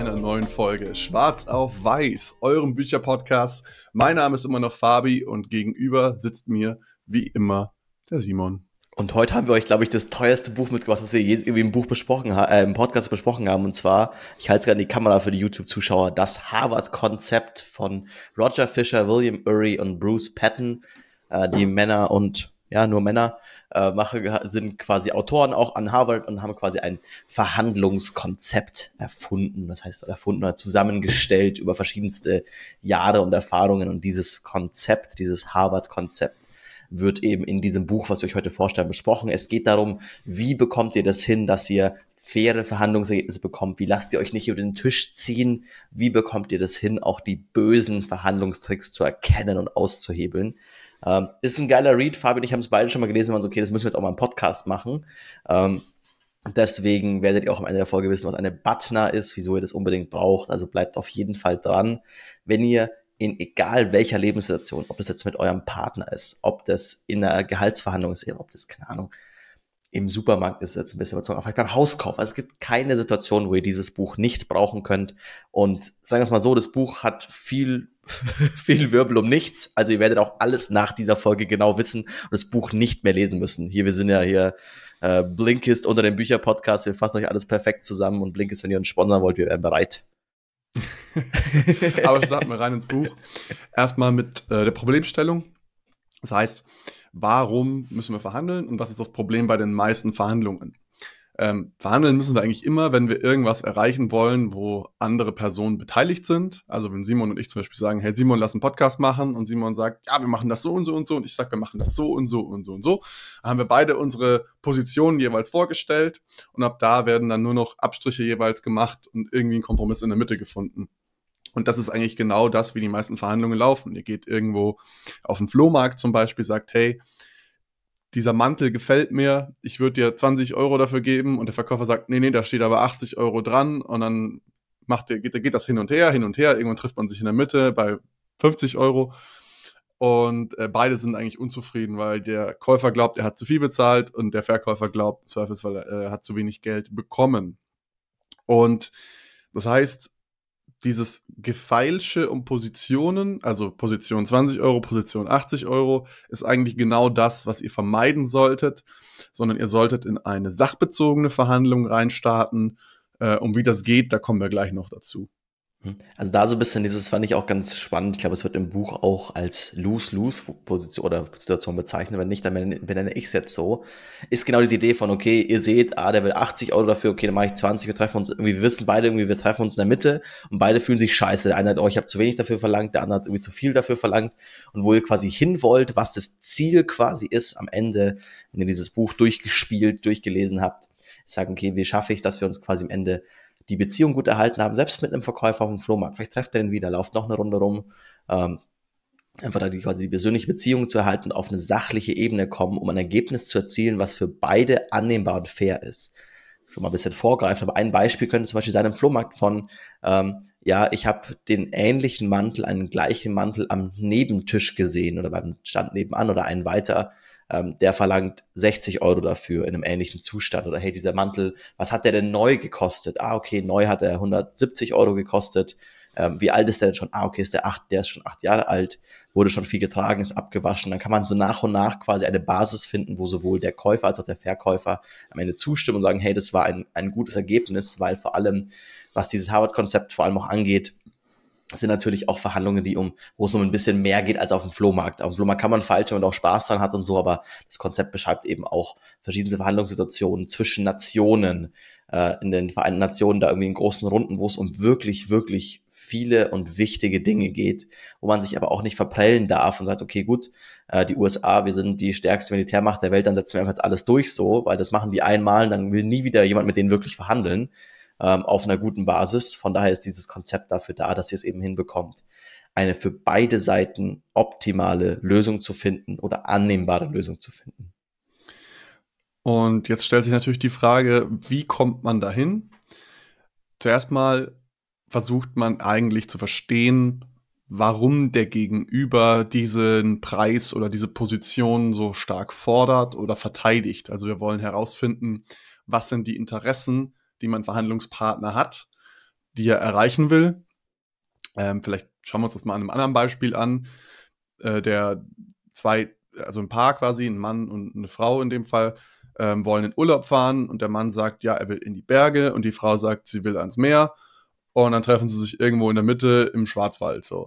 einer neuen Folge Schwarz auf Weiß, eurem Bücherpodcast. Mein Name ist immer noch Fabi und gegenüber sitzt mir wie immer der Simon. Und heute haben wir euch, glaube ich, das teuerste Buch mitgebracht, was wir je irgendwie im Podcast besprochen haben. Und zwar, ich halte es gerade in die Kamera für die YouTube-Zuschauer, das Harvard-Konzept von Roger Fisher, William Ury und Bruce Patton. Die Männer und, ja, nur Männer, sind quasi Autoren auch an Harvard und haben quasi ein Verhandlungskonzept erfunden. Das heißt, erfunden oder zusammengestellt über verschiedenste Jahre und Erfahrungen. Und dieses Konzept, dieses Harvard-Konzept, wird eben in diesem Buch, was wir euch heute vorstellen, besprochen. Es geht darum, wie bekommt ihr das hin, dass ihr faire Verhandlungsergebnisse bekommt? Wie lasst ihr euch nicht über den Tisch ziehen? Wie bekommt ihr das hin, auch die bösen Verhandlungstricks zu erkennen und auszuhebeln? Ist ein geiler Read. Fabi und ich haben es beide schon mal gelesen und waren so, okay, das müssen wir jetzt auch mal im Podcast machen. Deswegen werdet ihr auch am Ende der Folge wissen, was eine BATNA ist, wieso ihr das unbedingt braucht. Also bleibt auf jeden Fall dran. Wenn ihr in egal welcher Lebenssituation, ob das jetzt mit eurem Partner ist, ob das in einer Gehaltsverhandlung ist, ob das, keine Ahnung, im Supermarkt ist, jetzt ein bisschen überzogen, vielleicht beim Hauskauf. Also es gibt keine Situation, wo ihr dieses Buch nicht brauchen könnt. Und sagen wir es mal so, das Buch hat viel Wirbel um nichts. Also ihr werdet auch alles nach dieser Folge genau wissen und das Buch nicht mehr lesen müssen. Wir sind ja hier Blinkist unter dem Bücherpodcast. Wir fassen euch alles perfekt zusammen und Blinkist, wenn ihr uns sponsern wollt, wir wären bereit. Aber starten wir rein ins Buch. Erstmal mit der Problemstellung. Das heißt, warum müssen wir verhandeln und was ist das Problem bei den meisten Verhandlungen? Verhandeln müssen wir eigentlich immer, wenn wir irgendwas erreichen wollen, wo andere Personen beteiligt sind. Also wenn Simon und ich zum Beispiel sagen, hey Simon, lass einen Podcast machen und Simon sagt, ja, wir machen das so und so und so und ich sage, wir machen das so und so und so und so. Dann haben wir beide unsere Positionen jeweils vorgestellt und ab da werden dann nur noch Abstriche jeweils gemacht und irgendwie ein Kompromiss in der Mitte gefunden. Und das ist eigentlich genau das, wie die meisten Verhandlungen laufen. Ihr geht irgendwo auf den Flohmarkt zum Beispiel, sagt, hey, dieser Mantel gefällt mir, ich würde dir 20 Euro dafür geben und der Verkäufer sagt, nee, da steht aber 80 Euro dran und dann geht das hin und her, irgendwann trifft man sich in der Mitte bei 50 Euro und beide sind eigentlich unzufrieden, weil der Käufer glaubt, er hat zu viel bezahlt und der Verkäufer glaubt, im Zweifelsfall, er hat zu wenig Geld bekommen. Und das heißt, dieses Gefeilsche um Positionen, also Position 20 Euro, Position 80 Euro, ist eigentlich genau das, was ihr vermeiden solltet, sondern ihr solltet in eine sachbezogene Verhandlung reinstarten. Um wie das geht, da kommen wir gleich noch dazu. Also da so ein bisschen dieses fand ich auch ganz spannend. Ich glaube, es wird im Buch auch als Lose-Lose-Position oder Situation bezeichnet. Wenn nicht, dann benenne ich es jetzt so. Ist genau diese Idee von, okay, ihr seht, der will 80 Euro dafür, okay, dann mache ich 20, wir treffen uns irgendwie, wir wissen beide irgendwie, wir treffen uns in der Mitte und beide fühlen sich scheiße. Der eine hat, ich habe zu wenig dafür verlangt, der andere hat irgendwie zu viel dafür verlangt. Und wo ihr quasi hin wollt, was das Ziel quasi ist am Ende, wenn ihr dieses Buch durchgelesen habt, sagen, okay, wie schaffe ich es, dass wir uns quasi am Ende die Beziehung gut erhalten haben, selbst mit einem Verkäufer auf dem Flohmarkt. Vielleicht trefft er ihn wieder, lauft noch eine Runde rum. Einfach da quasi die persönliche Beziehung zu erhalten und auf eine sachliche Ebene kommen, um ein Ergebnis zu erzielen, was für beide annehmbar und fair ist. Schon mal ein bisschen vorgreifen, aber ein Beispiel könnte zum Beispiel sein im Flohmarkt von, ich habe den ähnlichen Mantel, einen gleichen Mantel am Nebentisch gesehen oder beim Stand nebenan oder einen weiter, der verlangt 60 Euro dafür in einem ähnlichen Zustand. Oder hey, dieser Mantel, was hat der denn neu gekostet? Okay, neu hat er 170 Euro gekostet. Wie alt ist der denn schon? Okay, der ist schon 8 Jahre alt, wurde schon viel getragen, ist abgewaschen. Dann kann man so nach und nach quasi eine Basis finden, wo sowohl der Käufer als auch der Verkäufer am Ende zustimmen und sagen, hey, das war ein gutes Ergebnis, weil vor allem, was dieses Harvard-Konzept vor allem auch angeht, sind natürlich auch Verhandlungen, wo es um ein bisschen mehr geht als auf dem Flohmarkt. Auf dem Flohmarkt kann man falsch, wenn man auch Spaß dran hat und so, aber das Konzept beschreibt eben auch verschiedene Verhandlungssituationen zwischen Nationen, in den Vereinten Nationen, da irgendwie in großen Runden, wo es um wirklich, wirklich viele und wichtige Dinge geht, wo man sich aber auch nicht verprellen darf und sagt, okay, gut, die USA, wir sind die stärkste Militärmacht der Welt, dann setzen wir einfach jetzt alles durch so, weil das machen die einmal und dann will nie wieder jemand mit denen wirklich verhandeln. Auf einer guten Basis. Von daher ist dieses Konzept dafür da, dass ihr es eben hinbekommt, eine für beide Seiten optimale Lösung zu finden oder annehmbare Lösung zu finden. Und jetzt stellt sich natürlich die Frage, wie kommt man dahin? Zuerst mal versucht man eigentlich zu verstehen, warum der Gegenüber diesen Preis oder diese Position so stark fordert oder verteidigt. Also wir wollen herausfinden, was sind die Interessen, die mein Verhandlungspartner hat die er erreichen will. Vielleicht schauen wir uns das mal an einem anderen Beispiel an. Also ein Paar quasi, ein Mann und eine Frau in dem Fall, wollen in Urlaub fahren und der Mann sagt, ja, er will in die Berge und die Frau sagt, sie will ans Meer und dann treffen sie sich irgendwo in der Mitte im Schwarzwald so.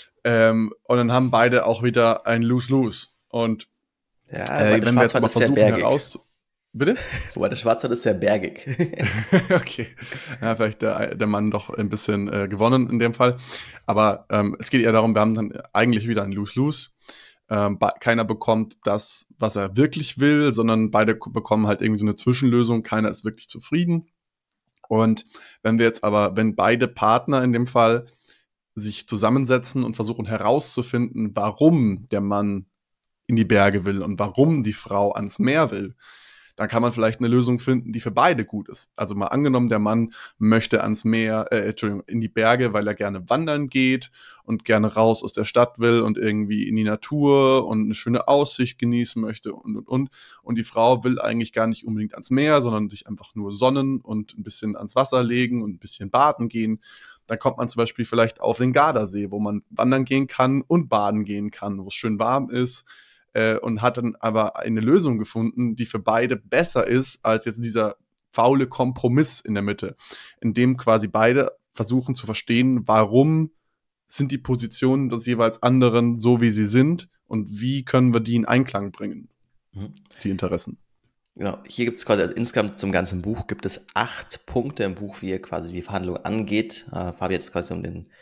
Und dann haben beide auch wieder ein Lose-Lose. Und Ja, weil der wenn wir jetzt Schwarzwald aber ist sehr bergig. Bitte? Wobei der Schwarzwald ist sehr bergig. Okay. Ja, vielleicht der Mann doch ein bisschen gewonnen in dem Fall. Aber es geht eher darum, wir haben dann eigentlich wieder ein Lose-Lose. Keiner bekommt das, was er wirklich will, sondern beide bekommen halt irgendwie so eine Zwischenlösung. Keiner ist wirklich zufrieden. Und wenn beide Partner in dem Fall sich zusammensetzen und versuchen herauszufinden, warum der Mann in die Berge will und warum die Frau ans Meer will, dann kann man vielleicht eine Lösung finden, die für beide gut ist. Also mal angenommen, der Mann möchte in die Berge, weil er gerne wandern geht und gerne raus aus der Stadt will und irgendwie in die Natur und eine schöne Aussicht genießen möchte und. Und die Frau will eigentlich gar nicht unbedingt ans Meer, sondern sich einfach nur sonnen und ein bisschen ans Wasser legen und ein bisschen baden gehen. Dann kommt man zum Beispiel vielleicht auf den Gardasee, wo man wandern gehen kann und baden gehen kann, wo es schön warm ist, und hat dann aber eine Lösung gefunden, die für beide besser ist als jetzt dieser faule Kompromiss in der Mitte, in dem quasi beide versuchen zu verstehen, warum sind die Positionen des jeweils anderen so, wie sie sind und wie können wir die in Einklang bringen, Mhm. die Interessen. Genau, hier gibt es quasi, also insgesamt zum ganzen Buch gibt es 8 Punkte im Buch, wie ihr quasi die Verhandlung angeht. Fabi hat jetzt quasi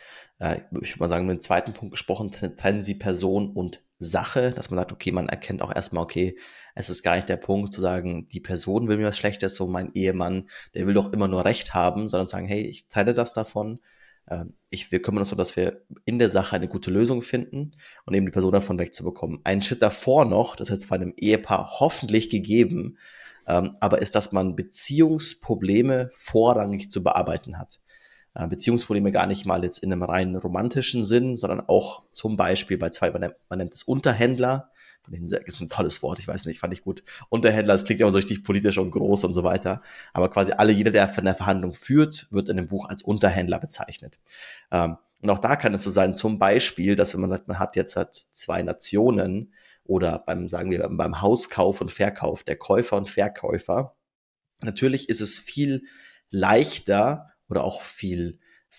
ich würde mal sagen, um den zweiten Punkt gesprochen, trennen sie Person und Sache, dass man sagt, okay, man erkennt auch erstmal, okay, es ist gar nicht der Punkt zu sagen, die Person will mir was Schlechtes, so mein Ehemann, der will doch immer nur Recht haben, sondern sagen, hey, ich trenne das davon. Wir kümmern uns darum, dass wir in der Sache eine gute Lösung finden und eben die Person davon wegzubekommen. Einen Schritt davor noch, das ist jetzt bei einem Ehepaar hoffentlich gegeben, aber ist, dass man Beziehungsprobleme vorrangig zu bearbeiten hat. Beziehungsprobleme gar nicht mal jetzt in einem rein romantischen Sinn, sondern auch zum Beispiel man nennt es Unterhändler. Das ist ein tolles Wort, ich weiß nicht, fand ich gut. Unterhändler, das klingt immer so richtig politisch und groß und so weiter. Aber quasi jeder, der eine Verhandlung führt, wird in dem Buch als Unterhändler bezeichnet. Und auch da kann es so sein, zum Beispiel, dass wenn man sagt, man hat jetzt halt 2 Nationen oder sagen wir, beim Hauskauf und Verkauf, der Käufer und Verkäufer, natürlich ist es viel leichter oder auch viel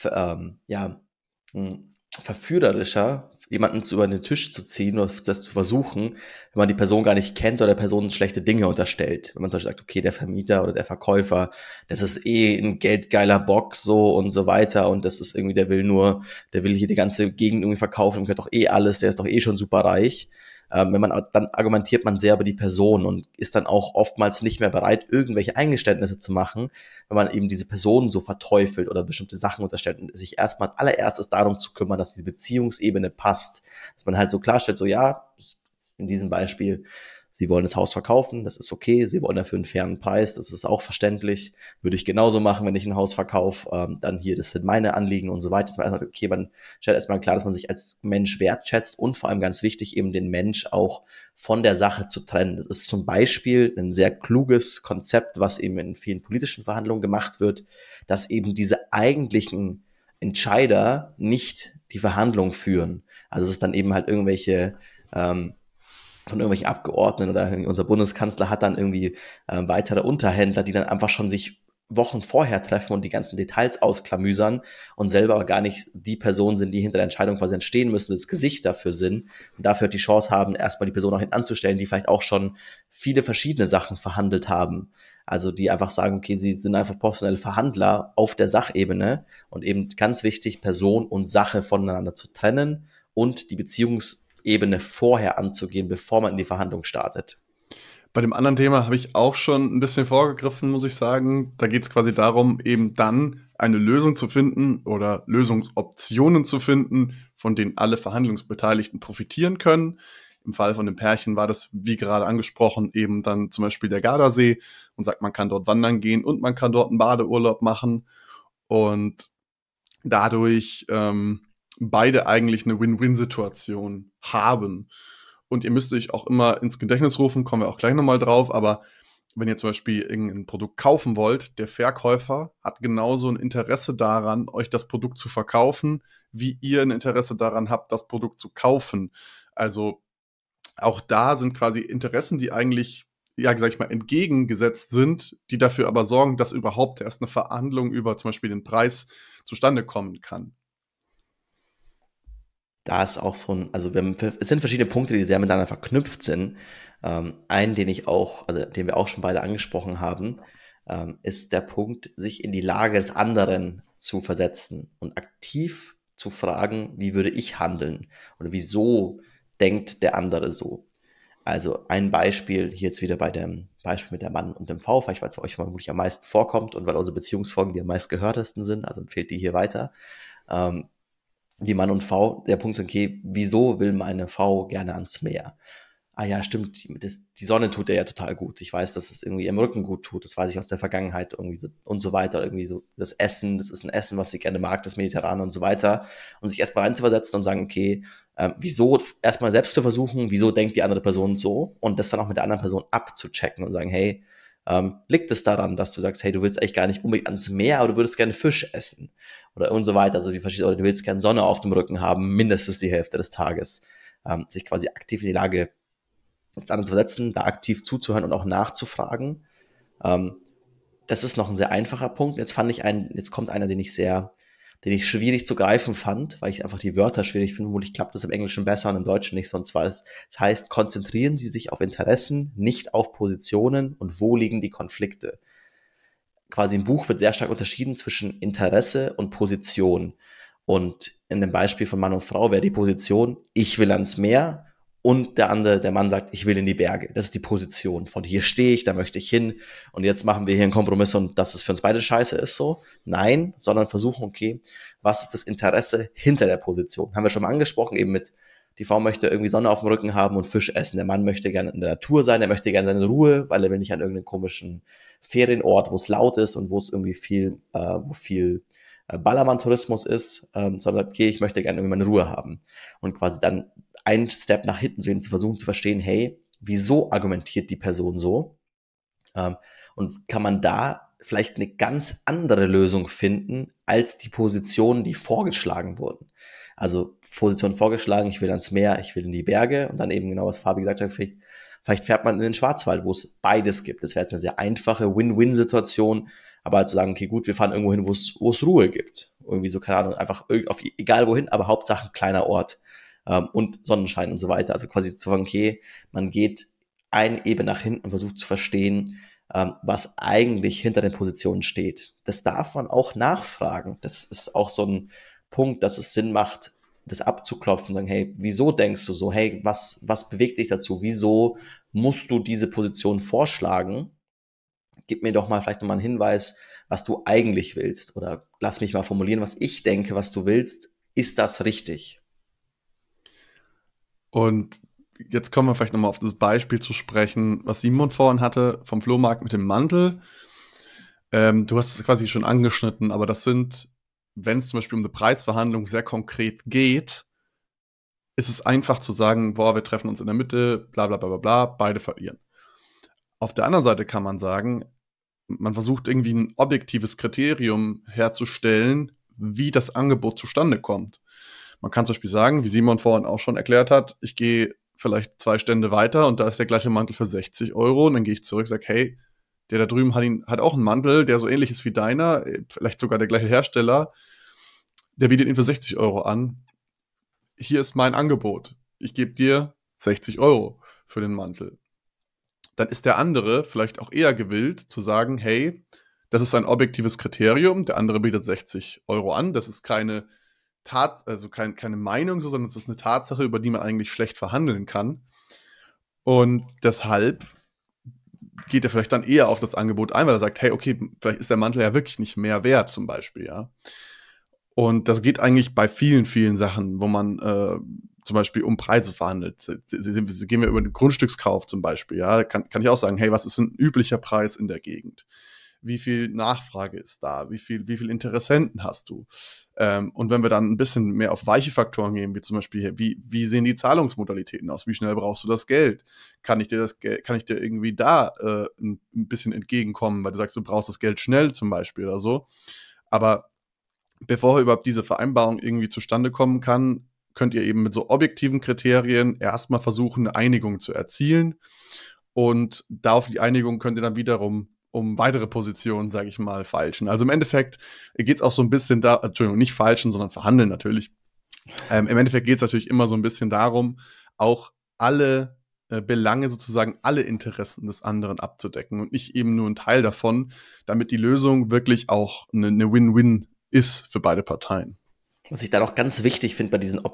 verführerischer, jemanden über den Tisch zu ziehen oder das zu versuchen, wenn man die Person gar nicht kennt oder der Person schlechte Dinge unterstellt. Wenn man zum Beispiel sagt, okay, der Vermieter oder der Verkäufer, das ist ein geldgeiler Bock so und so weiter und das ist irgendwie, der will hier die ganze Gegend irgendwie verkaufen und gehört doch alles, der ist doch schon super reich. Dann argumentiert man sehr über die Person und ist dann auch oftmals nicht mehr bereit, irgendwelche Eingeständnisse zu machen, wenn man eben diese Person so verteufelt oder bestimmte Sachen unterstellt und sich erstmal als allererstes darum zu kümmern, dass die Beziehungsebene passt. Dass man halt so klarstellt, so ja, in diesem Beispiel, Sie wollen das Haus verkaufen, das ist okay, Sie wollen dafür einen fairen Preis, das ist auch verständlich, würde ich genauso machen, wenn ich ein Haus verkaufe, dann hier, das sind meine Anliegen und so weiter. Dass man erstmal sagt, okay, man stellt erstmal klar, dass man sich als Mensch wertschätzt und vor allem ganz wichtig, eben den Mensch auch von der Sache zu trennen. Das ist zum Beispiel ein sehr kluges Konzept, was eben in vielen politischen Verhandlungen gemacht wird, dass eben diese eigentlichen Entscheider nicht die Verhandlung führen. Also es ist dann eben halt von irgendwelchen Abgeordneten oder unser Bundeskanzler hat dann irgendwie weitere Unterhändler, die dann einfach schon sich Wochen vorher treffen und die ganzen Details ausklamüsern und selber aber gar nicht die Personen sind, die hinter der Entscheidung quasi entstehen müssen, das Gesicht dafür sind und dafür die Chance haben, erstmal die Person auch hinten anzustellen, die vielleicht auch schon viele verschiedene Sachen verhandelt haben. Also die einfach sagen, okay, sie sind einfach professionelle Verhandler auf der Sachebene und eben ganz wichtig, Person und Sache voneinander zu trennen und die Beziehungsebene vorher anzugehen, bevor man in die Verhandlung startet. Bei dem anderen Thema habe ich auch schon ein bisschen vorgegriffen, muss ich sagen. Da geht es quasi darum, eben dann eine Lösung zu finden oder Lösungsoptionen zu finden, von denen alle Verhandlungsbeteiligten profitieren können. Im Fall von dem Pärchen war das, wie gerade angesprochen, eben dann zum Beispiel der Gardasee und sagt, man kann dort wandern gehen und man kann dort einen Badeurlaub machen und dadurch beide eigentlich eine Win-Win-Situation haben. Und ihr müsst euch auch immer ins Gedächtnis rufen, kommen wir auch gleich nochmal drauf, aber wenn ihr zum Beispiel irgendein Produkt kaufen wollt, der Verkäufer hat genauso ein Interesse daran, euch das Produkt zu verkaufen, wie ihr ein Interesse daran habt, das Produkt zu kaufen. Also auch da sind quasi Interessen, die eigentlich, ja, sag ich mal, entgegengesetzt sind, die dafür aber sorgen, dass überhaupt erst eine Verhandlung über zum Beispiel den Preis zustande kommen kann. Da ist auch so ein, also es sind verschiedene Punkte, die sehr miteinander verknüpft sind. Einen, den ich auch, also den wir auch schon beide angesprochen haben, ist der Punkt, sich in die Lage des anderen zu versetzen und aktiv zu fragen, wie würde ich handeln oder wieso denkt der andere so. Also ein Beispiel, hier jetzt wieder bei dem Beispiel mit der Mann und dem V, vielleicht weil es euch vermutlich am meisten vorkommt und weil unsere Beziehungsfolgen die am meistgehörtesten sind, also empfehlt die hier weiter. Ähm, die Mann und V, der Punkt ist, okay, wieso will meine Frau gerne ans Meer? Ah ja, stimmt, die Sonne tut ihr ja total gut. Ich weiß, dass es irgendwie ihrem Rücken gut tut. Das weiß ich aus der Vergangenheit irgendwie so und so weiter. Irgendwie so das Essen, das ist ein Essen, was sie gerne mag, das Mediterrane und so weiter. Und sich erstmal reinzuversetzen und sagen, okay, wieso erstmal selbst zu versuchen, wieso denkt die andere Person so und das dann auch mit der anderen Person abzuchecken und sagen, hey, liegt es daran, dass du sagst, hey, du willst eigentlich gar nicht unbedingt ans Meer, aber du würdest gerne Fisch essen oder und so weiter. Also die verschiedenen, oder du willst gerne Sonne auf dem Rücken haben, mindestens die Hälfte des Tages. Sich quasi aktiv in die Lage des anderen zu versetzen, da aktiv zuzuhören und auch nachzufragen. Ähm, Das ist noch ein sehr einfacher Punkt. Jetzt kommt einer, den ich schwierig zu greifen fand, weil ich einfach die Wörter schwierig finde. Vermutlich klappt das im Englischen besser und im Deutschen nicht. Sonst war es, das heißt, konzentrieren Sie sich auf Interessen, nicht auf Positionen und wo liegen die Konflikte. Quasi im Buch wird sehr stark unterschieden zwischen Interesse und Position. Und in dem Beispiel von Mann und Frau wäre die Position, ich will ans Meer und der Mann sagt, ich will in die Berge. Das ist die Position. Von hier stehe ich, da möchte ich hin und jetzt machen wir hier einen Kompromiss und dass es für uns beide scheiße ist so. Nein, sondern versuchen, okay, was ist das Interesse hinter der Position? Haben wir schon mal angesprochen, eben mit, die Frau möchte irgendwie Sonne auf dem Rücken haben und Fisch essen. Der Mann möchte gerne in der Natur sein, er möchte gerne seine Ruhe, weil er will nicht an irgendeinen komischen Ferienort, wo es laut ist und wo es irgendwie wo viel Ballermann-Tourismus ist, sondern okay, ich möchte gerne irgendwie meine Ruhe haben. Und quasi dann einen Step nach hinten sehen, zu versuchen zu verstehen, hey, wieso argumentiert die Person so? Und kann man da vielleicht eine ganz andere Lösung finden, als die Positionen, die vorgeschlagen wurden. Also Position vorgeschlagen, ich will ans Meer, ich will in die Berge und dann eben genau, was Fabi gesagt hat, vielleicht fährt man in den Schwarzwald, wo es beides gibt. Das wäre jetzt eine sehr einfache Win-Win-Situation, aber halt zu sagen, okay, gut, wir fahren irgendwo hin, wo es Ruhe gibt. Irgendwie so, keine Ahnung, einfach egal wohin, aber Hauptsache ein kleiner Ort und Sonnenschein und so weiter. Also quasi zu sagen, okay, man geht eine Ebene nach hinten und versucht zu verstehen, was eigentlich hinter den Positionen steht. Das darf man auch nachfragen. Das ist auch so ein Punkt, dass es Sinn macht, das abzuklopfen und sagen, hey, wieso denkst du so? Hey, was bewegt dich dazu? Wieso musst du diese Position vorschlagen? Gib mir doch mal vielleicht nochmal einen Hinweis, was du eigentlich willst. Oder lass mich mal formulieren, was ich denke, was du willst. Ist das richtig? Und jetzt kommen wir vielleicht nochmal auf das Beispiel zu sprechen, was Simon vorhin hatte, vom Flohmarkt mit dem Mantel. Du hast es quasi schon angeschnitten, aber das sind, wenn es zum Beispiel um eine Preisverhandlung sehr konkret geht, ist es einfach zu sagen, boah, wir treffen uns in der Mitte, bla bla bla bla bla, beide verlieren. Auf der anderen Seite kann man sagen, man versucht irgendwie ein objektives Kriterium herzustellen, wie das Angebot zustande kommt. Man kann zum Beispiel sagen, wie Simon vorhin auch schon erklärt hat, ich gehe vielleicht 2 Stände weiter und da ist der gleiche Mantel für 60 Euro und dann gehe ich zurück und sage, hey, der da drüben hat auch einen Mantel, der so ähnlich ist wie deiner, vielleicht sogar der gleiche Hersteller, der bietet ihn für 60 Euro an. Hier ist mein Angebot. Ich gebe dir 60 Euro für den Mantel. Dann ist der andere vielleicht auch eher gewillt zu sagen, hey, das ist ein objektives Kriterium, der andere bietet 60 Euro an, das ist keine keine Meinung, so, sondern es ist eine Tatsache, über die man eigentlich schlecht verhandeln kann. Und deshalb geht er vielleicht dann eher auf das Angebot ein, weil er sagt, hey, okay, vielleicht ist der Mantel ja wirklich nicht mehr wert, zum Beispiel, ja. Und das geht eigentlich bei vielen, vielen Sachen, wo man zum Beispiel um Preise verhandelt. Gehen wir über den Grundstückskauf zum Beispiel, ja, kann ich auch sagen, hey, was ist ein üblicher Preis in der Gegend? wie viel Nachfrage ist da, wie viel Interessenten hast du. Und wenn wir dann ein bisschen mehr auf weiche Faktoren gehen, wie zum Beispiel, wie sehen die Zahlungsmodalitäten aus, wie schnell brauchst du das Geld, kann ich dir irgendwie da ein bisschen entgegenkommen, weil du sagst, du brauchst das Geld schnell zum Beispiel oder so. Aber bevor überhaupt diese Vereinbarung irgendwie zustande kommen kann, könnt ihr eben mit so objektiven Kriterien erstmal versuchen, eine Einigung zu erzielen. Und da auf die Einigung könnt ihr dann wiederum um weitere Positionen, sage ich mal, feilschen. Also im Endeffekt geht es auch so ein bisschen da, Entschuldigung, nicht feilschen, sondern verhandeln natürlich. Im Endeffekt geht es natürlich immer so ein bisschen darum, auch alle Belange, sozusagen alle Interessen des anderen abzudecken und nicht eben nur ein Teil davon, damit die Lösung wirklich auch eine Win-Win ist für beide Parteien. Was ich da noch ganz wichtig finde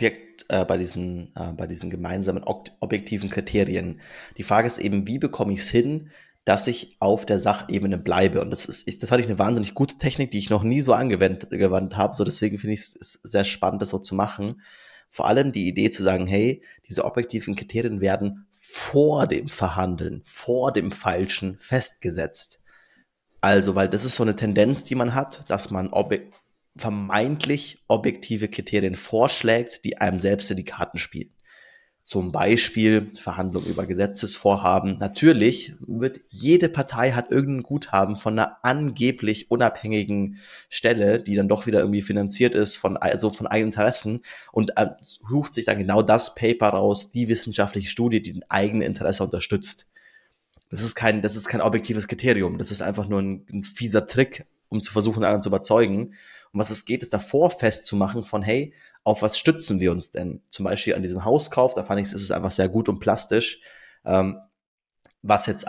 bei diesen gemeinsamen objektiven Kriterien. Die Frage ist eben, wie bekomme ich es hin, dass ich auf der Sachebene bleibe? Und das fand ich eine wahnsinnig gute Technik, die ich noch nie so angewandt habe. So deswegen finde ich es sehr spannend, das so zu machen. Vor allem die Idee zu sagen, hey, diese objektiven Kriterien werden vor dem Verhandeln, vor dem Feilschen festgesetzt. Also, weil das ist so eine Tendenz, die man hat, dass man vermeintlich objektive Kriterien vorschlägt, die einem selbst in die Karten spielen. Zum Beispiel Verhandlungen über Gesetzesvorhaben. Natürlich wird jede Partei hat irgendein Guthaben von einer angeblich unabhängigen Stelle, die dann doch wieder irgendwie finanziert ist von eigenen Interessen und sucht sich dann genau das Paper raus, die wissenschaftliche Studie, die den eigenen Interesse unterstützt. Das ist kein objektives Kriterium. Das ist einfach nur ein fieser Trick, um zu versuchen, anderen zu überzeugen. Um was es geht, ist davor festzumachen von, hey, auf was stützen wir uns denn? Zum Beispiel an diesem Hauskauf, da fand ich, ist es einfach sehr gut und plastisch, was jetzt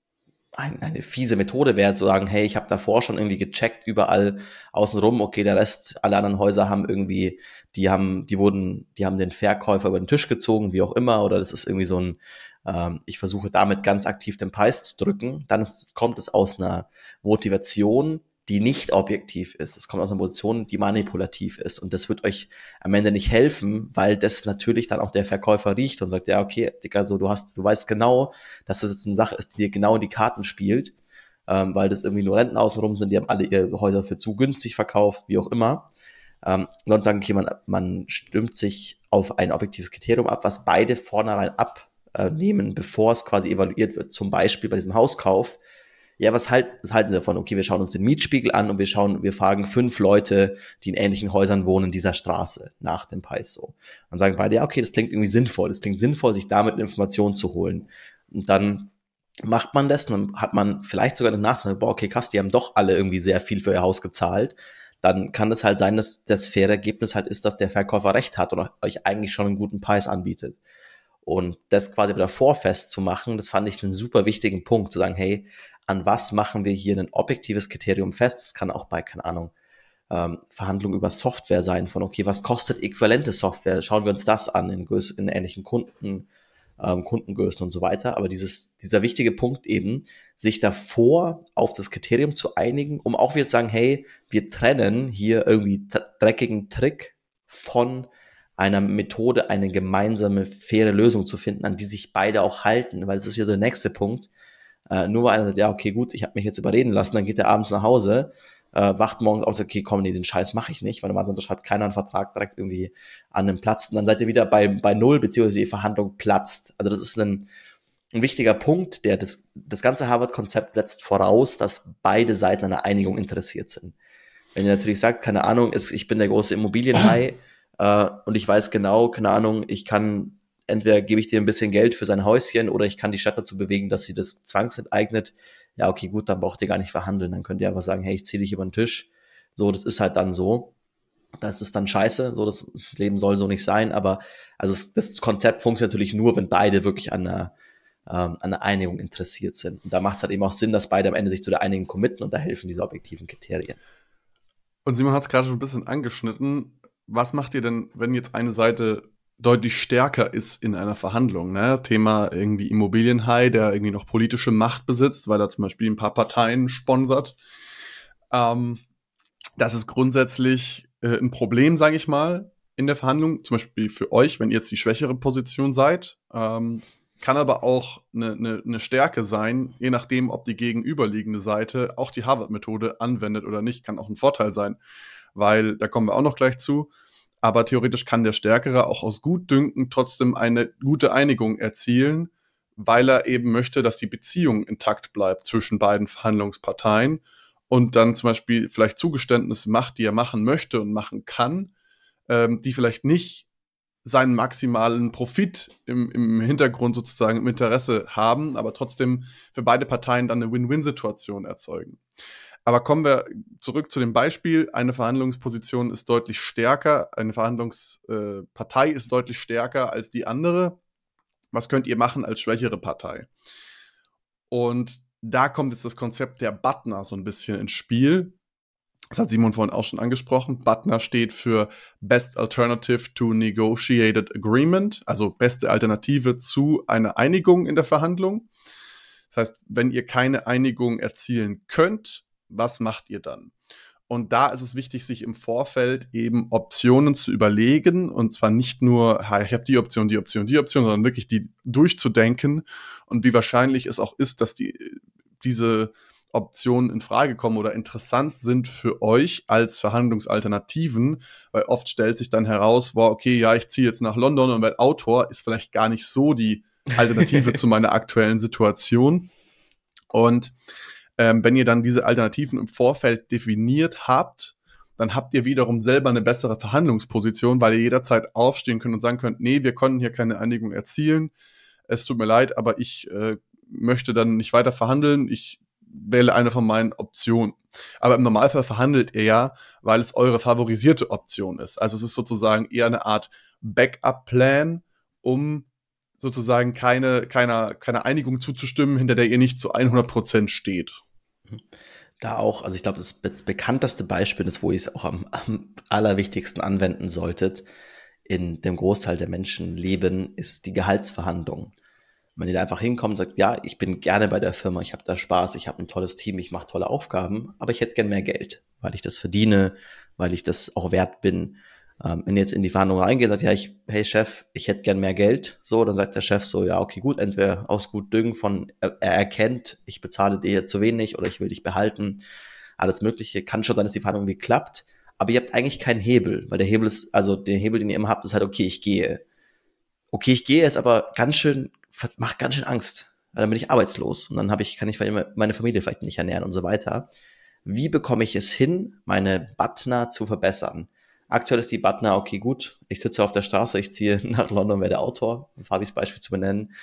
eine fiese Methode wäre, zu sagen, hey, ich habe davor schon irgendwie gecheckt, überall außenrum, okay, der Rest, alle anderen Häuser haben irgendwie, die haben den Verkäufer über den Tisch gezogen, wie auch immer, oder das ist irgendwie so ein, ich versuche damit ganz aktiv den Preis zu drücken, dann kommt es aus einer Motivation, die nicht objektiv ist. Es kommt aus einer Motivation, die manipulativ ist. Und das wird euch am Ende nicht helfen, weil das natürlich dann auch der Verkäufer riecht und sagt, ja, okay, Digga, so, du weißt genau, dass das jetzt eine Sache ist, die dir genau in die Karten spielt, weil das irgendwie nur Renten außenrum sind, die haben alle ihre Häuser für zu günstig verkauft, wie auch immer. Und dann sagen, okay, man stimmt sich auf ein objektives Kriterium ab, was beide vornherein abnehmen, bevor es quasi evaluiert wird. Zum Beispiel bei diesem Hauskauf. Ja, was halten Sie davon? Okay, wir schauen uns den Mietspiegel an und wir fragen 5 Leute, die in ähnlichen Häusern wohnen in dieser Straße nach dem Preis so. Dann sagen beide, ja, okay, das klingt irgendwie sinnvoll. Das klingt sinnvoll, sich damit eine Information zu holen. Und dann macht man das, und dann hat man vielleicht sogar den Nachteil, boah, okay, krass, die haben doch alle irgendwie sehr viel für ihr Haus gezahlt. Dann kann es halt sein, dass das faire Ergebnis halt ist, dass der Verkäufer recht hat und euch eigentlich schon einen guten Preis anbietet. Und das quasi davor festzumachen, das fand ich einen super wichtigen Punkt, zu sagen, hey, an was machen wir hier ein objektives Kriterium fest? Das kann auch bei, keine Ahnung, Verhandlungen über Software sein, von okay, was kostet äquivalente Software? Schauen wir uns das an in ähnlichen Kundengrößen und so weiter. Aber dieser wichtige Punkt eben, sich davor auf das Kriterium zu einigen, um auch wieder zu sagen, hey, wir trennen hier irgendwie dreckigen Trick von einer Methode, eine gemeinsame, faire Lösung zu finden, an die sich beide auch halten, weil es ist wieder so der nächste Punkt. Nur weil einer sagt, ja, okay, gut, ich habe mich jetzt überreden lassen, dann geht er abends nach Hause, wacht morgens aus, okay, komm, nee, den Scheiß mache ich nicht, weil normalerweise unterschreibt keiner einen Vertrag direkt irgendwie an einem Platz und dann seid ihr wieder bei Null, beziehungsweise die Verhandlung platzt. Also das ist ein wichtiger Punkt, der das ganze Harvard-Konzept setzt voraus, dass beide Seiten an einer Einigung interessiert sind. Wenn ihr natürlich sagt, keine Ahnung, ich bin der große Immobilienhai und ich weiß genau, keine Ahnung, entweder gebe ich dir ein bisschen Geld für sein Häuschen oder ich kann die Stadt dazu bewegen, dass sie das zwangsenteignet. Ja, okay, gut, dann braucht ihr gar nicht verhandeln. Dann könnt ihr einfach sagen, hey, ich ziehe dich über den Tisch. So, das ist halt dann so. Das ist dann scheiße. So, das Leben soll so nicht sein. Aber also das Konzept funktioniert natürlich nur, wenn beide wirklich an einer Einigung interessiert sind. Und da macht es halt eben auch Sinn, dass beide am Ende sich zu der Einigung committen und da helfen diese objektiven Kriterien. Und Simon hat es gerade schon ein bisschen angeschnitten. Was macht ihr denn, wenn jetzt eine Seite deutlich stärker ist in einer Verhandlung, ne? Thema irgendwie Immobilienhai, der irgendwie noch politische Macht besitzt, weil er zum Beispiel ein paar Parteien sponsert. Das ist grundsätzlich ein Problem, sage ich mal, in der Verhandlung. Zum Beispiel für euch, wenn ihr jetzt die schwächere Position seid. kann aber auch eine Stärke sein, je nachdem, ob die gegenüberliegende Seite auch die Harvard-Methode anwendet oder nicht, kann auch ein Vorteil sein, weil, da kommen wir auch noch gleich zu, aber theoretisch kann der Stärkere auch aus Gutdünken trotzdem eine gute Einigung erzielen, weil er eben möchte, dass die Beziehung intakt bleibt zwischen beiden Verhandlungsparteien und dann zum Beispiel vielleicht Zugeständnisse macht, die er machen möchte und machen kann, die vielleicht nicht seinen maximalen Profit im Hintergrund sozusagen im Interesse haben, aber trotzdem für beide Parteien dann eine Win-Win-Situation erzeugen. Aber kommen wir zurück zu dem Beispiel. Eine Verhandlungsposition ist deutlich stärker, eine Verhandlungspartei ist deutlich stärker als die andere. Was könnt ihr machen als schwächere Partei? Und da kommt jetzt das Konzept der BATNA so ein bisschen ins Spiel. Das hat Simon vorhin auch schon angesprochen. BATNA steht für Best Alternative to Negotiated Agreement, also beste Alternative zu einer Einigung in der Verhandlung. Das heißt, wenn ihr keine Einigung erzielen könnt, was macht ihr dann? Und da ist es wichtig, sich im Vorfeld eben Optionen zu überlegen, und zwar nicht nur, ich habe die Option, die Option, die Option, sondern wirklich die durchzudenken und wie wahrscheinlich es auch ist, dass diese Optionen in Frage kommen oder interessant sind für euch als Verhandlungsalternativen, weil oft stellt sich dann heraus, wow, okay, ja, ich ziehe jetzt nach London und werde Autor, ist vielleicht gar nicht so die Alternative zu meiner aktuellen Situation. Und wenn ihr dann diese Alternativen im Vorfeld definiert habt, dann habt ihr wiederum selber eine bessere Verhandlungsposition, weil ihr jederzeit aufstehen könnt und sagen könnt, nee, wir konnten hier keine Einigung erzielen, es tut mir leid, aber ich möchte dann nicht weiter verhandeln, ich wähle eine von meinen Optionen. Aber im Normalfall verhandelt ihr ja, weil es eure favorisierte Option ist. Also es ist sozusagen eher eine Art Backup-Plan, um sozusagen keiner Einigung zuzustimmen, hinter der ihr nicht zu 100% steht. Da auch, also ich glaube, das bekannteste Beispiel ist, wo ihr es auch am allerwichtigsten anwenden solltet, in dem Großteil der Menschen leben, ist die Gehaltsverhandlung. Wenn ihr da einfach hinkommt und sagt, ja, ich bin gerne bei der Firma, ich habe da Spaß, ich habe ein tolles Team, ich mache tolle Aufgaben, aber ich hätte gern mehr Geld, weil ich das verdiene, weil ich das auch wert bin. Wenn ihr jetzt in die Verhandlung reingeht, sagt, ja, hey Chef, ich hätte gern mehr Geld, so, dann sagt der Chef so, ja, okay, gut, entweder aus Gutdünken von, er erkennt, ich bezahle dir zu wenig oder ich will dich behalten, alles Mögliche, kann schon sein, dass die Verhandlung irgendwie klappt, aber ihr habt eigentlich keinen Hebel, weil der Hebel ist, also der Hebel, den ihr immer habt, ist halt, okay, ich gehe. Okay, ich gehe, ist aber macht ganz schön Angst, weil dann bin ich arbeitslos und dann kann ich meine Familie vielleicht nicht ernähren und so weiter. Wie bekomme ich es hin, meine BATNA zu verbessern? Aktuell ist die BATNA, okay, gut, ich sitze auf der Straße, ich ziehe nach London, werde Autor, um Fabis Beispiel zu benennen.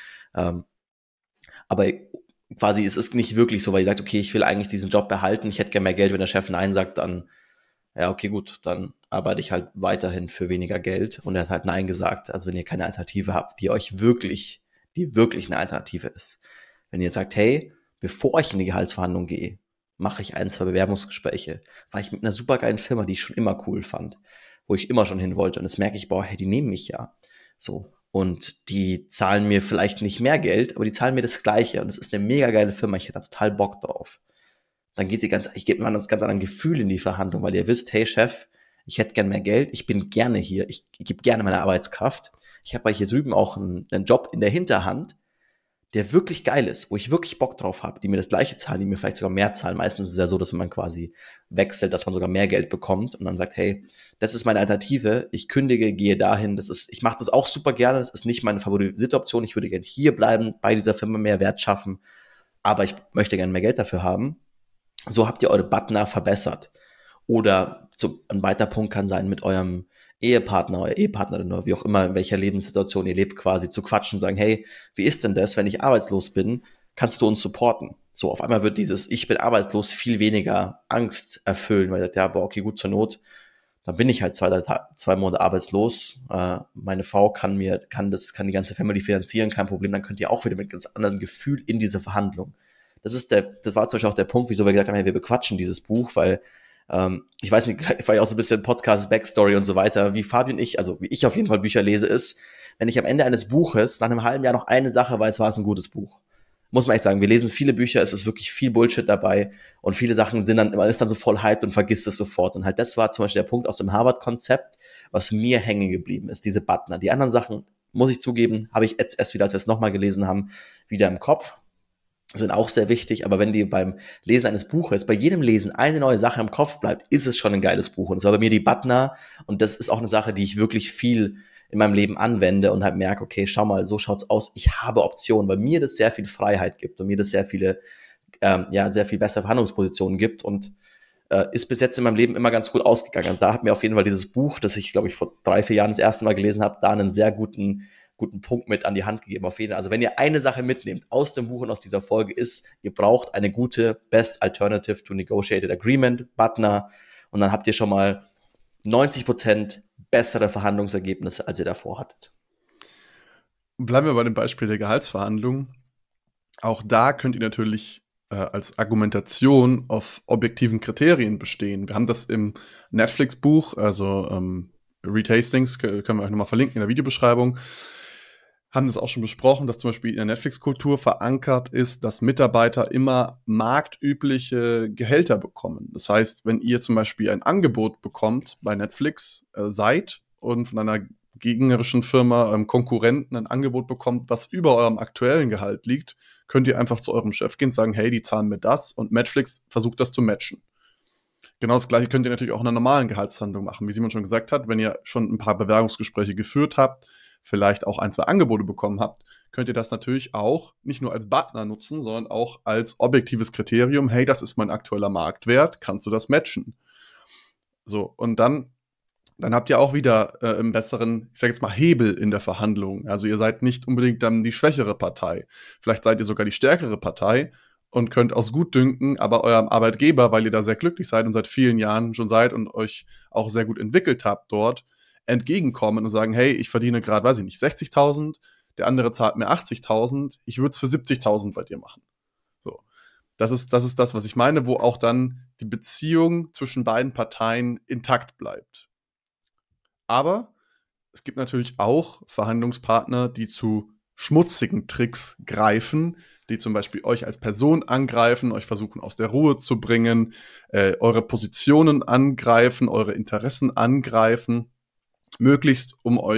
Aber quasi es ist nicht wirklich so, weil ihr sagt, okay, ich will eigentlich diesen Job behalten, ich hätte gerne mehr Geld, wenn der Chef Nein sagt, dann, ja, okay, gut, dann arbeite ich halt weiterhin für weniger Geld und er hat halt Nein gesagt. Also wenn ihr keine Alternative habt, die wirklich eine Alternative ist. Wenn ihr jetzt sagt, hey, bevor ich in die Gehaltsverhandlung gehe, mache ich 1, 2 Bewerbungsgespräche, war ich mit einer supergeilen Firma, die ich schon immer cool fand, wo ich immer schon hin wollte und jetzt merke ich, boah, hey, die nehmen mich ja. So. Und die zahlen mir vielleicht nicht mehr Geld, aber die zahlen mir das Gleiche und es ist eine mega geile Firma, ich hätte da total Bock drauf. Dann ich gebe mir ein ganz anderes Gefühl in die Verhandlung, weil ihr wisst, hey Chef, ich hätte gern mehr Geld, ich bin gerne hier, ich gebe gerne meine Arbeitskraft. Ich habe hier drüben auch einen Job in der Hinterhand, der wirklich geil ist, wo ich wirklich Bock drauf habe, die mir das Gleiche zahlen, die mir vielleicht sogar mehr zahlen. Meistens ist es ja so, dass man quasi wechselt, dass man sogar mehr Geld bekommt und dann sagt, hey, das ist meine Alternative, ich kündige, gehe dahin, ich mache das auch super gerne, das ist nicht meine favorisierte Option, ich würde gerne hier bleiben, bei dieser Firma mehr Wert schaffen, aber ich möchte gerne mehr Geld dafür haben. So habt ihr eure BATNA verbessert. Oder so ein weiterer Punkt kann sein, mit eurem Ehepartner, eurer Ehepartnerin oder wie auch immer, in welcher Lebenssituation ihr lebt, quasi zu quatschen und sagen, hey, wie ist denn das, wenn ich arbeitslos bin, kannst du uns supporten? So, auf einmal wird dieses Ich bin arbeitslos viel weniger Angst erfüllen, weil ihr sagt, ja, boah, okay, gut, zur Not, dann bin ich halt 2 Monate arbeitslos. Meine Frau kann die ganze Family finanzieren, kein Problem, dann könnt ihr auch wieder mit ganz anderem Gefühl in diese Verhandlung. Das war zum Beispiel auch der Punkt, wieso wir gesagt haben, hey, wir bequatschen dieses Buch, weil ich weiß nicht, vielleicht auch so ein bisschen Podcast, Backstory und so weiter, wie Fabi und ich, also wie ich auf jeden Fall Bücher lese, ist, wenn ich am Ende eines Buches nach einem halben Jahr noch eine Sache weiß, war es ein gutes Buch. Muss man echt sagen, wir lesen viele Bücher, es ist wirklich viel Bullshit dabei und viele Sachen man ist dann so voll hyped und vergisst es sofort. Und halt das war zum Beispiel der Punkt aus dem Harvard-Konzept, was mir hängen geblieben ist, diese BATNA. Die anderen Sachen muss ich zugeben, habe ich jetzt erst wieder, als wir es nochmal gelesen haben, wieder im Kopf. Sind auch sehr wichtig, aber wenn dir beim Lesen eines Buches, bei jedem Lesen eine neue Sache im Kopf bleibt, ist es schon ein geiles Buch. Und es war bei mir die Butner und das ist auch eine Sache, die ich wirklich viel in meinem Leben anwende und halt merke, okay, schau mal, so schaut's aus, ich habe Optionen, weil mir das sehr viel Freiheit gibt und mir das sehr viele, sehr viel bessere Verhandlungspositionen gibt und ist bis jetzt in meinem Leben immer ganz gut ausgegangen. Also da hat mir auf jeden Fall dieses Buch, das ich, glaube ich, vor 3-4 Jahren das erste Mal gelesen habe, da einen sehr guten Punkt mit an die Hand gegeben. Auf jeden Fall. Also wenn ihr eine Sache mitnehmt aus dem Buch und aus dieser Folge ist, ihr braucht eine gute Best Alternative to Negotiated Agreement, Butner, und dann habt ihr schon mal 90% bessere Verhandlungsergebnisse, als ihr davor hattet. Bleiben wir bei dem Beispiel der Gehaltsverhandlungen. Auch da könnt ihr natürlich als Argumentation auf objektiven Kriterien bestehen. Wir haben das im Netflix-Buch, also Retastings, können wir euch nochmal verlinken in der Videobeschreibung, haben das auch schon besprochen, dass zum Beispiel in der Netflix-Kultur verankert ist, dass Mitarbeiter immer marktübliche Gehälter bekommen. Das heißt, wenn ihr zum Beispiel ein Angebot bekommt bei Netflix, seid und von einer gegnerischen Firma, Konkurrenten ein Angebot bekommt, was über eurem aktuellen Gehalt liegt, könnt ihr einfach zu eurem Chef gehen und sagen, hey, die zahlen mir das und Netflix versucht das zu matchen. Genau das Gleiche könnt ihr natürlich auch in einer normalen Gehaltsverhandlung machen. Wie Simon schon gesagt hat, wenn ihr schon ein paar Bewerbungsgespräche geführt habt, vielleicht auch 1, 2 Angebote bekommen habt, könnt ihr das natürlich auch nicht nur als Butner nutzen, sondern auch als objektives Kriterium, hey, das ist mein aktueller Marktwert, kannst du das matchen? So, und dann habt ihr auch wieder einen besseren, ich sage jetzt mal, Hebel in der Verhandlung. Also ihr seid nicht unbedingt dann die schwächere Partei. Vielleicht seid ihr sogar die stärkere Partei und könnt aus Gutdünken aber eurem Arbeitgeber, weil ihr da sehr glücklich seid und seit vielen Jahren schon seid und euch auch sehr gut entwickelt habt dort, entgegenkommen und sagen, hey, ich verdiene gerade, weiß ich nicht, 60.000, der andere zahlt mir 80.000, ich würde es für 70.000 bei dir machen. So. Das ist das, was ich meine, wo auch dann die Beziehung zwischen beiden Parteien intakt bleibt. Aber es gibt natürlich auch Verhandlungspartner, die zu schmutzigen Tricks greifen, die zum Beispiel euch als Person angreifen, euch versuchen aus der Ruhe zu bringen, eure Positionen angreifen, eure Interessen angreifen, möglichst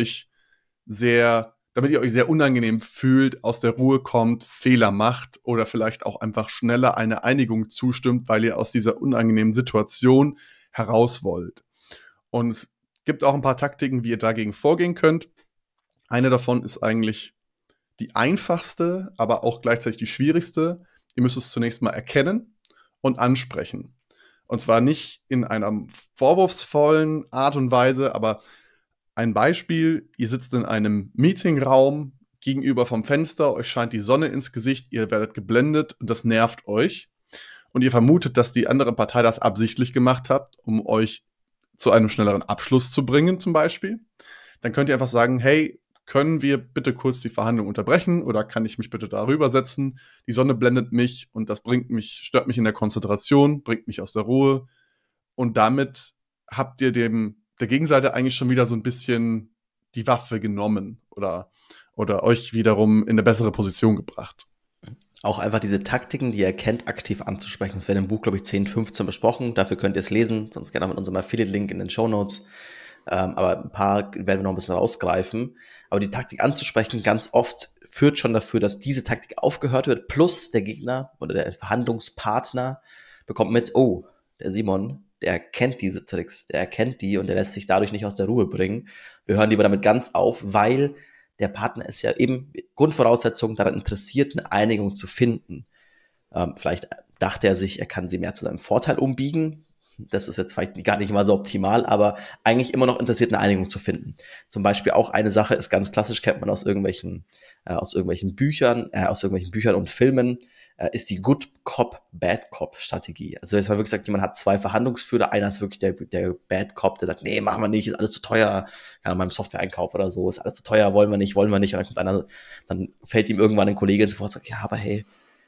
damit ihr euch sehr unangenehm fühlt, aus der Ruhe kommt, Fehler macht oder vielleicht auch einfach schneller eine Einigung zustimmt, weil ihr aus dieser unangenehmen Situation heraus wollt. Und es gibt auch ein paar Taktiken, wie ihr dagegen vorgehen könnt. Eine davon ist eigentlich die einfachste, aber auch gleichzeitig die schwierigste. Ihr müsst es zunächst mal erkennen und ansprechen. Und zwar nicht in einer vorwurfsvollen Art und Weise, aber ein Beispiel, ihr sitzt in einem Meetingraum gegenüber vom Fenster, euch scheint die Sonne ins Gesicht, ihr werdet geblendet und das nervt euch. Und ihr vermutet, dass die andere Partei das absichtlich gemacht hat, um euch zu einem schnelleren Abschluss zu bringen, zum Beispiel. Dann könnt ihr einfach sagen, hey, können wir bitte kurz die Verhandlung unterbrechen oder kann ich mich bitte darüber setzen? Die Sonne blendet mich und das stört mich in der Konzentration, bringt mich aus der Ruhe. Und damit habt ihr der Gegenseite eigentlich schon wieder so ein bisschen die Waffe genommen oder euch wiederum in eine bessere Position gebracht. Auch einfach diese Taktiken, die ihr kennt, aktiv anzusprechen. Das wird im Buch, glaube ich, 10, 15 besprochen. Dafür könnt ihr es lesen, sonst gerne auch mit unserem Affiliate-Link in den Shownotes. Aber ein paar werden wir noch ein bisschen rausgreifen. Aber die Taktik anzusprechen, ganz oft führt schon dafür, dass diese Taktik aufgehört wird, plus der Gegner oder der Verhandlungspartner bekommt mit, oh, der Simon, der kennt diese Tricks, der kennt die und der lässt sich dadurch nicht aus der Ruhe bringen. Wir hören lieber damit ganz auf, weil der Partner ist ja eben Grundvoraussetzung daran interessiert, eine Einigung zu finden. Vielleicht dachte er sich, er kann sie mehr zu seinem Vorteil umbiegen. Das ist jetzt vielleicht gar nicht mal so optimal, aber eigentlich immer noch interessiert, eine Einigung zu finden. Zum Beispiel auch eine Sache ist ganz klassisch, kennt man aus irgendwelchen Büchern und Filmen, ist die Good Cop, Bad Cop Strategie. Also jetzt mal wirklich gesagt, jemand hat 2 Verhandlungsführer, einer ist wirklich der Bad Cop, der sagt, nee, machen wir nicht, ist alles zu teuer, kann beim Software-Einkauf oder so, ist alles zu teuer, wollen wir nicht. Und dann kommt einer, dann fällt ihm irgendwann ein Kollege ins Wort und sagt, ja, aber hey,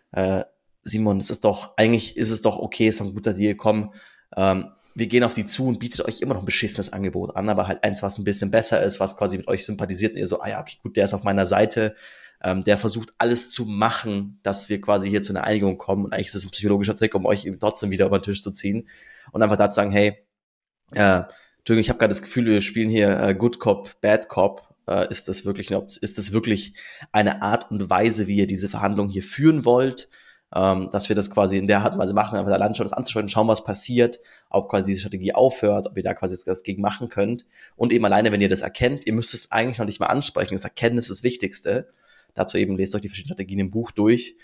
Simon, eigentlich ist es doch okay, ist doch ein guter Deal, komm, wir gehen auf die zu und bietet euch immer noch ein beschissenes Angebot an, aber halt eins, was ein bisschen besser ist, was quasi mit euch sympathisiert und ihr so, ja, okay, gut, der ist auf meiner Seite, der versucht alles zu machen, dass wir quasi hier zu einer Einigung kommen und eigentlich ist es ein psychologischer Trick, um euch eben trotzdem wieder über den Tisch zu ziehen und einfach da zu sagen, hey, Entschuldigung, ich habe gerade das Gefühl, wir spielen hier Good Cop, Bad Cop Ist das wirklich eine Art und Weise, wie ihr diese Verhandlungen hier führen wollt? Dass wir das quasi in der Art und Weise machen, einfach allein schon das anzusprechen, schauen, was passiert, ob quasi diese Strategie aufhört, ob ihr da quasi das gegen machen könnt. Und eben alleine, wenn ihr das erkennt, ihr müsst es eigentlich noch nicht mal ansprechen. Das Erkennen ist das Wichtigste. Dazu eben lest euch die verschiedenen Strategien im Buch durch.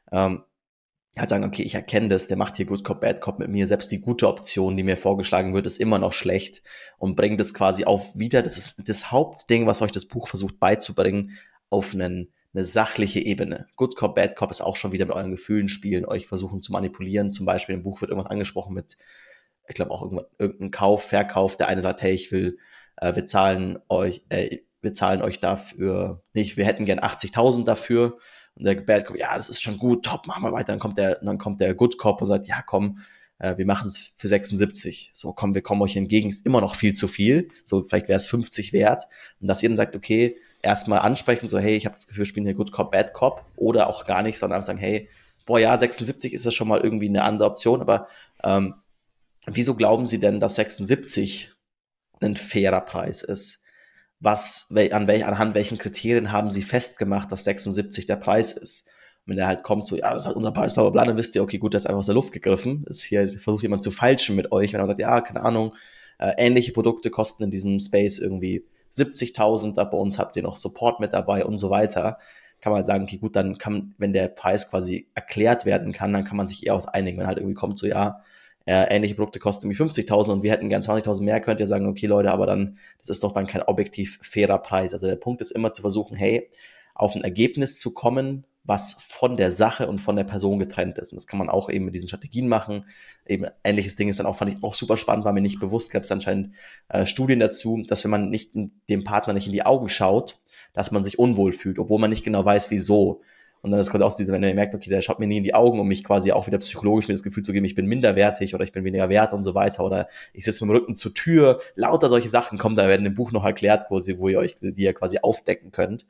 Halt sagen, okay, ich erkenne das, der macht hier Good Cop, Bad Cop mit mir, selbst die gute Option, die mir vorgeschlagen wird, ist immer noch schlecht und bringt das quasi auf wieder, das ist das Hauptding, was euch das Buch versucht beizubringen, auf eine sachliche Ebene. Good Cop, Bad Cop ist auch schon wieder mit euren Gefühlen spielen, euch versuchen zu manipulieren, zum Beispiel im Buch wird irgendwas angesprochen mit, ich glaube auch irgendein Kauf, Verkauf, der eine sagt, hey, wir zahlen euch dafür, nicht, wir hätten gern 80.000 dafür. Und der Bad Cop, ja, das ist schon gut, top, machen wir weiter. Dann kommt der Good Cop und sagt, ja, komm, wir machen es für 76. So, komm, wir kommen euch entgegen, ist immer noch viel zu viel. So, vielleicht wäre es 50 wert. Und dass ihr dann sagt, okay, erstmal ansprechen, so, hey, ich habe das Gefühl, wir spielen hier Good Cop, Bad Cop. Oder auch gar nicht, sondern einfach sagen, hey, boah, ja, 76 ist das schon mal irgendwie eine andere Option. Aber wieso glauben Sie denn, dass 76 ein fairer Preis ist? Anhand welchen Kriterien haben sie festgemacht, dass 76 der Preis ist? Und wenn der halt kommt, so, ja, das ist halt unser Preis, bla, bla, bla, dann wisst ihr, okay, gut, das ist einfach aus der Luft gegriffen. Ist hier, versucht jemand zu feilschen mit euch. Wenn er sagt, ja, keine Ahnung, ähnliche Produkte kosten in diesem Space irgendwie 70.000, bei uns habt ihr noch Support mit dabei und so weiter. Kann man halt sagen, okay, gut, dann wenn der Preis quasi erklärt werden kann, dann kann man sich eher aus einigen. Wenn halt irgendwie kommt, so, ja, ähnliche Produkte kosten irgendwie 50.000 und wir hätten gern 20.000 mehr, könnt ihr sagen, okay Leute, aber dann, das ist doch dann kein objektiv fairer Preis. Also der Punkt ist immer zu versuchen, hey, auf ein Ergebnis zu kommen, was von der Sache und von der Person getrennt ist. Und das kann man auch eben mit diesen Strategien machen. Eben ähnliches Ding ist dann auch, fand ich auch super spannend, war mir nicht bewusst, gab es anscheinend Studien dazu, dass wenn man nicht dem Partner nicht in die Augen schaut, dass man sich unwohl fühlt, obwohl man nicht genau weiß, wieso. Und dann ist quasi auch so diese, wenn ihr merkt, okay, der schaut mir nie in die Augen, um mich quasi auch wieder psychologisch mir das Gefühl zu geben, ich bin minderwertig oder ich bin weniger wert und so weiter oder ich sitze mit dem Rücken zur Tür. Lauter solche Sachen kommen, da werden im Buch noch erklärt, wo ihr euch, die ihr quasi aufdecken könnt.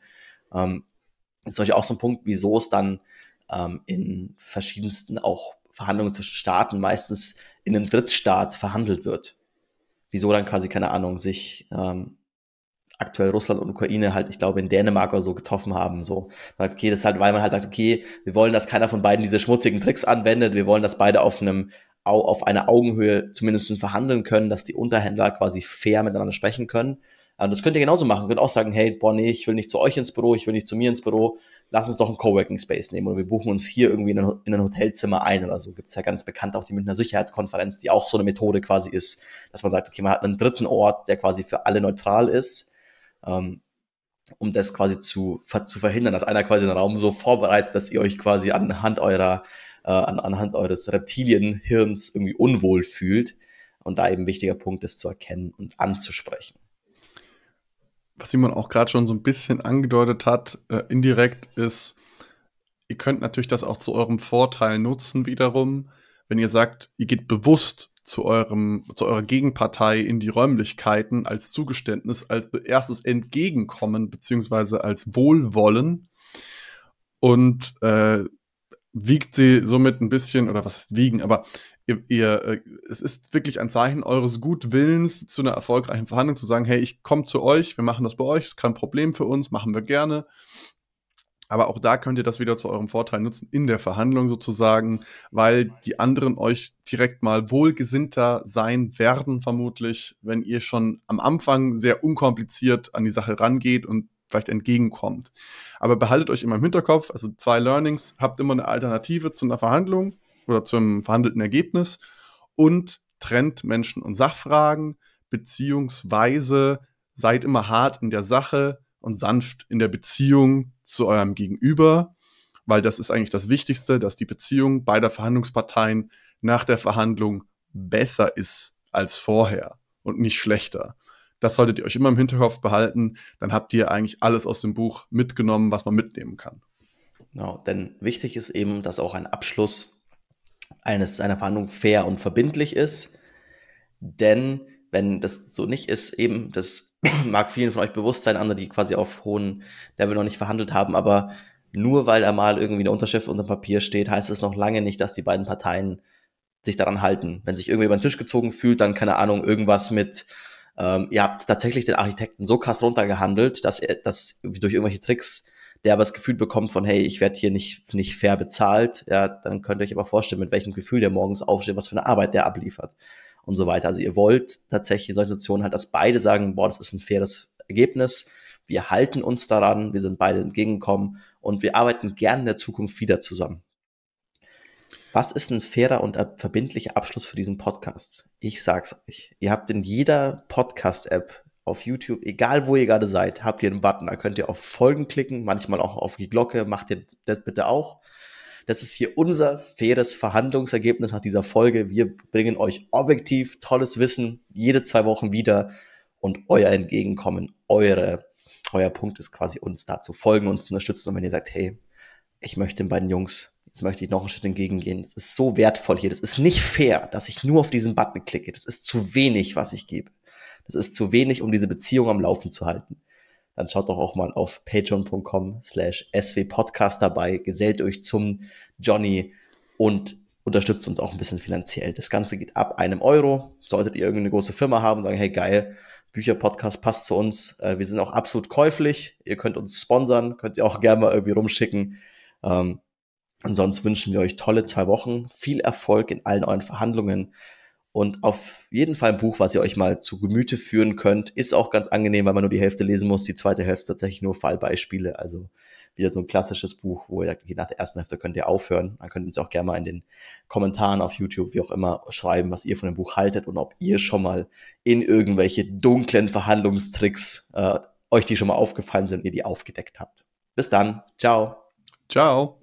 Ist euch auch so ein Punkt, wieso es dann in verschiedensten auch Verhandlungen zwischen Staaten meistens in einem Drittstaat verhandelt wird. Wieso dann quasi, keine Ahnung, sich aktuell Russland und Ukraine halt, ich glaube, in Dänemark oder so getroffen haben, so. Okay, das ist halt, weil man halt sagt, okay, wir wollen, dass keiner von beiden diese schmutzigen Tricks anwendet, wir wollen, dass beide auf einer Augenhöhe zumindest verhandeln können, dass die Unterhändler quasi fair miteinander sprechen können. Das könnt ihr genauso machen. Ihr könnt auch sagen, hey, boah, nee, ich will nicht zu euch ins Büro, ich will nicht zu mir ins Büro, lass uns doch einen Coworking Space nehmen oder wir buchen uns hier irgendwie in ein Hotelzimmer ein oder so. Gibt's ja ganz bekannt auch die Münchner Sicherheitskonferenz, die auch so eine Methode quasi ist, dass man sagt, okay, man hat einen dritten Ort, der quasi für alle neutral ist, um das quasi zu verhindern, dass einer quasi den Raum so vorbereitet, dass ihr euch quasi anhand eures Reptilienhirns irgendwie unwohl fühlt. Und da eben ein wichtiger Punkt ist, zu erkennen und anzusprechen. Was Simon auch gerade schon so ein bisschen angedeutet hat, indirekt ist, ihr könnt natürlich das auch zu eurem Vorteil nutzen wiederum, wenn ihr sagt, ihr geht bewusst zu eurer Gegenpartei in die Räumlichkeiten als Zugeständnis, als erstes Entgegenkommen beziehungsweise als Wohlwollen und wiegt sie somit ein bisschen, oder was ist wiegen, aber es ist wirklich ein Zeichen eures Gutwillens, zu einer erfolgreichen Verhandlung zu sagen, hey, ich komme zu euch, wir machen das bei euch, ist kein Problem für uns, machen wir gerne. Aber auch da könnt ihr das wieder zu eurem Vorteil nutzen, in der Verhandlung sozusagen, weil die anderen euch direkt mal wohlgesinnter sein werden, vermutlich, wenn ihr schon am Anfang sehr unkompliziert an die Sache rangeht und vielleicht entgegenkommt. Aber behaltet euch immer im Hinterkopf, also 2 Learnings, habt immer eine Alternative zu einer Verhandlung oder zum verhandelten Ergebnis und trennt Menschen und Sachfragen, beziehungsweise seid immer hart in der Sache und sanft in der Beziehung zu eurem Gegenüber, weil das ist eigentlich das Wichtigste, dass die Beziehung beider Verhandlungsparteien nach der Verhandlung besser ist als vorher und nicht schlechter. Das solltet ihr euch immer im Hinterkopf behalten, dann habt ihr eigentlich alles aus dem Buch mitgenommen, was man mitnehmen kann. Genau, denn wichtig ist eben, dass auch ein Abschluss einer Verhandlung fair und verbindlich ist, denn wenn das so nicht ist, eben, das mag vielen von euch bewusst sein, andere, die quasi auf hohen Level noch nicht verhandelt haben, aber nur weil da mal irgendwie eine Unterschrift unter dem Papier steht, heißt es noch lange nicht, dass die beiden Parteien sich daran halten. Wenn sich irgendwie über den Tisch gezogen fühlt, dann, keine Ahnung, irgendwas mit Ihr habt tatsächlich den Architekten so krass runtergehandelt, dass durch irgendwelche Tricks der aber das Gefühl bekommt von, hey, ich werde hier nicht fair bezahlt, ja, dann könnt ihr euch aber vorstellen, mit welchem Gefühl der morgens aufsteht, was für eine Arbeit der abliefert und so weiter. Also ihr wollt tatsächlich in solchen Situationen halt, dass beide sagen, boah, das ist ein faires Ergebnis, wir halten uns daran, wir sind beide entgegengekommen und wir arbeiten gerne in der Zukunft wieder zusammen. Was ist ein fairer und verbindlicher Abschluss für diesen Podcast? Ich sag's euch. Ihr habt in jeder Podcast-App auf YouTube, egal wo ihr gerade seid, habt ihr einen Button. Da könnt ihr auf Folgen klicken, manchmal auch auf die Glocke. Macht ihr das bitte auch. Das ist hier unser faires Verhandlungsergebnis nach dieser Folge. Wir bringen euch objektiv tolles Wissen jede 2 Wochen wieder und euer Entgegenkommen, euer Punkt ist quasi uns da zu folgen, uns zu unterstützen. Und wenn ihr sagt, hey, ich möchte den beiden Jungs, jetzt möchte ich noch einen Schritt entgegengehen. Das ist so wertvoll hier. Das ist nicht fair, dass ich nur auf diesen Button klicke. Das ist zu wenig, was ich gebe. Das ist zu wenig, um diese Beziehung am Laufen zu halten. Dann schaut doch auch mal auf patreon.com/swpodcast dabei, gesellt euch zum Johnny und unterstützt uns auch ein bisschen finanziell. Das Ganze geht ab 1 Euro. Solltet ihr irgendeine große Firma haben und sagen, hey geil, Bücherpodcast passt zu uns. Wir sind auch absolut käuflich. Ihr könnt uns sponsern, könnt ihr auch gerne mal irgendwie rumschicken. Und sonst wünschen wir euch tolle 2 Wochen, viel Erfolg in allen euren Verhandlungen und auf jeden Fall ein Buch, was ihr euch mal zu Gemüte führen könnt. Ist auch ganz angenehm, weil man nur die Hälfte lesen muss. Die zweite Hälfte ist tatsächlich nur Fallbeispiele, also wieder so ein klassisches Buch, wo ihr sagt, okay, nach der ersten Hälfte könnt ihr aufhören. Dann könnt ihr uns auch gerne mal in den Kommentaren auf YouTube, wie auch immer, schreiben, was ihr von dem Buch haltet und ob ihr schon mal in irgendwelche dunklen Verhandlungstricks euch die schon mal aufgefallen sind und ihr die aufgedeckt habt. Bis dann. Ciao. Ciao.